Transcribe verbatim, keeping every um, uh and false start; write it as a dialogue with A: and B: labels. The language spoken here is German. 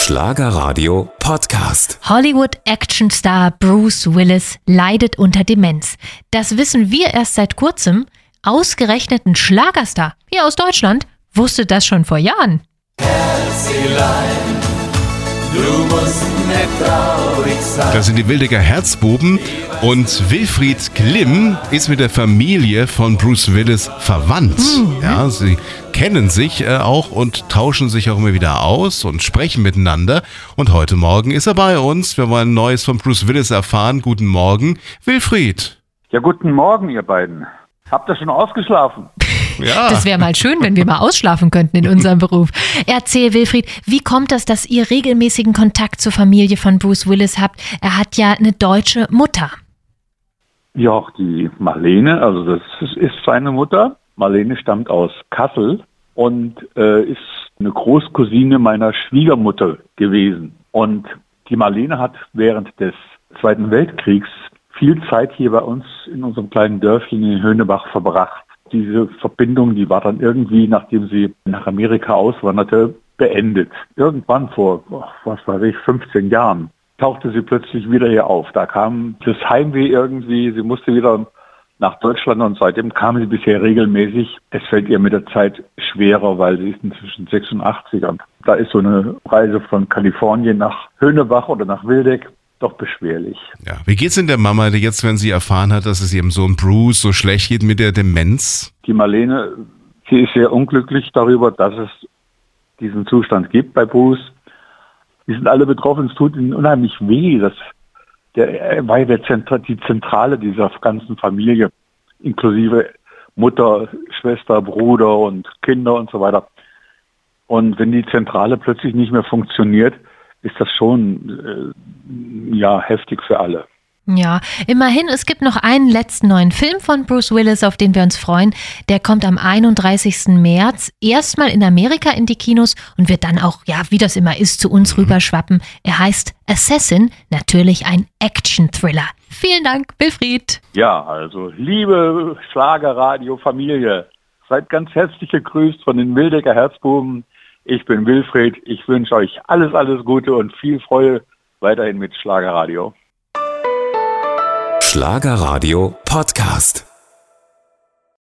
A: Schlagerradio Podcast.
B: Hollywood-Actionstar Bruce Willis leidet unter Demenz. Das wissen wir erst seit kurzem. Ausgerechnet ein Schlagerstar hier aus Deutschland wusste das schon vor Jahren.
C: Herzelein, du musst nicht traurig sein.
D: Das sind die Wildecker Herzbuben und Wilfried Klimm ist mit der Familie von Bruce Willis verwandt. Mhm. Ja, sie kennen sich äh, auch und tauschen sich auch immer wieder aus und sprechen miteinander. Und heute Morgen ist er bei uns. Wir wollen Neues von Bruce Willis erfahren. Guten Morgen, Wilfried.
E: Ja, guten Morgen, ihr beiden. Habt ihr schon ausgeschlafen?
D: Ja.
B: Das wäre mal schön, wenn wir mal ausschlafen könnten in unserem Beruf. Erzähl, Wilfried, wie kommt das, dass ihr regelmäßigen Kontakt zur Familie von Bruce Willis habt? Er hat ja eine deutsche Mutter.
E: Ja, die Marlene, also das ist seine Mutter. Marlene stammt aus Kassel und äh, ist eine Großcousine meiner Schwiegermutter gewesen. Und die Marlene hat während des Zweiten Weltkriegs viel Zeit hier bei uns in unserem kleinen Dörfchen in Höhnebach verbracht. Diese Verbindung, die war dann irgendwie, nachdem sie nach Amerika auswanderte, beendet. Irgendwann vor, was weiß ich, fünfzehn Jahren tauchte sie plötzlich wieder hier auf. Da kam das Heimweh irgendwie, sie musste wieder nach Deutschland und seitdem kam sie bisher regelmäßig. Es fällt ihr mit der Zeit schwerer, weil sie ist inzwischen sechsundachtzig und da ist so eine Reise von Kalifornien nach Höhnebach oder nach Wildeck doch beschwerlich.
D: Ja. Wie geht's denn der Mama jetzt, wenn sie erfahren hat, dass es ihrem Sohn Bruce so schlecht geht mit der Demenz?
E: Die Marlene, sie ist sehr unglücklich darüber, dass es diesen Zustand gibt bei Bruce. Wir sind alle betroffen, es tut ihnen unheimlich weh. Das, der, er war ja der Zentra, die Zentrale dieser ganzen Familie, inklusive Mutter, Schwester, Bruder und Kinder und so weiter. Und wenn die Zentrale plötzlich nicht mehr funktioniert, ist das schon äh, ja, heftig für alle.
B: Ja, immerhin, es gibt noch einen letzten neuen Film von Bruce Willis, auf den wir uns freuen. Der kommt am einunddreißigsten März erstmal in Amerika in die Kinos und wird dann auch, ja, wie das immer ist, zu uns rüberschwappen. Er heißt Assassin, natürlich ein Action-Thriller. Vielen Dank, Wilfried.
E: Ja, also liebe Schlagerradio-Familie, seid ganz herzlich gegrüßt von den Wildecker Herzbuben. Ich bin Wilfried, ich wünsche euch alles, alles Gute und viel Freude weiterhin mit Schlagerradio.
A: Schlagerradio Podcast.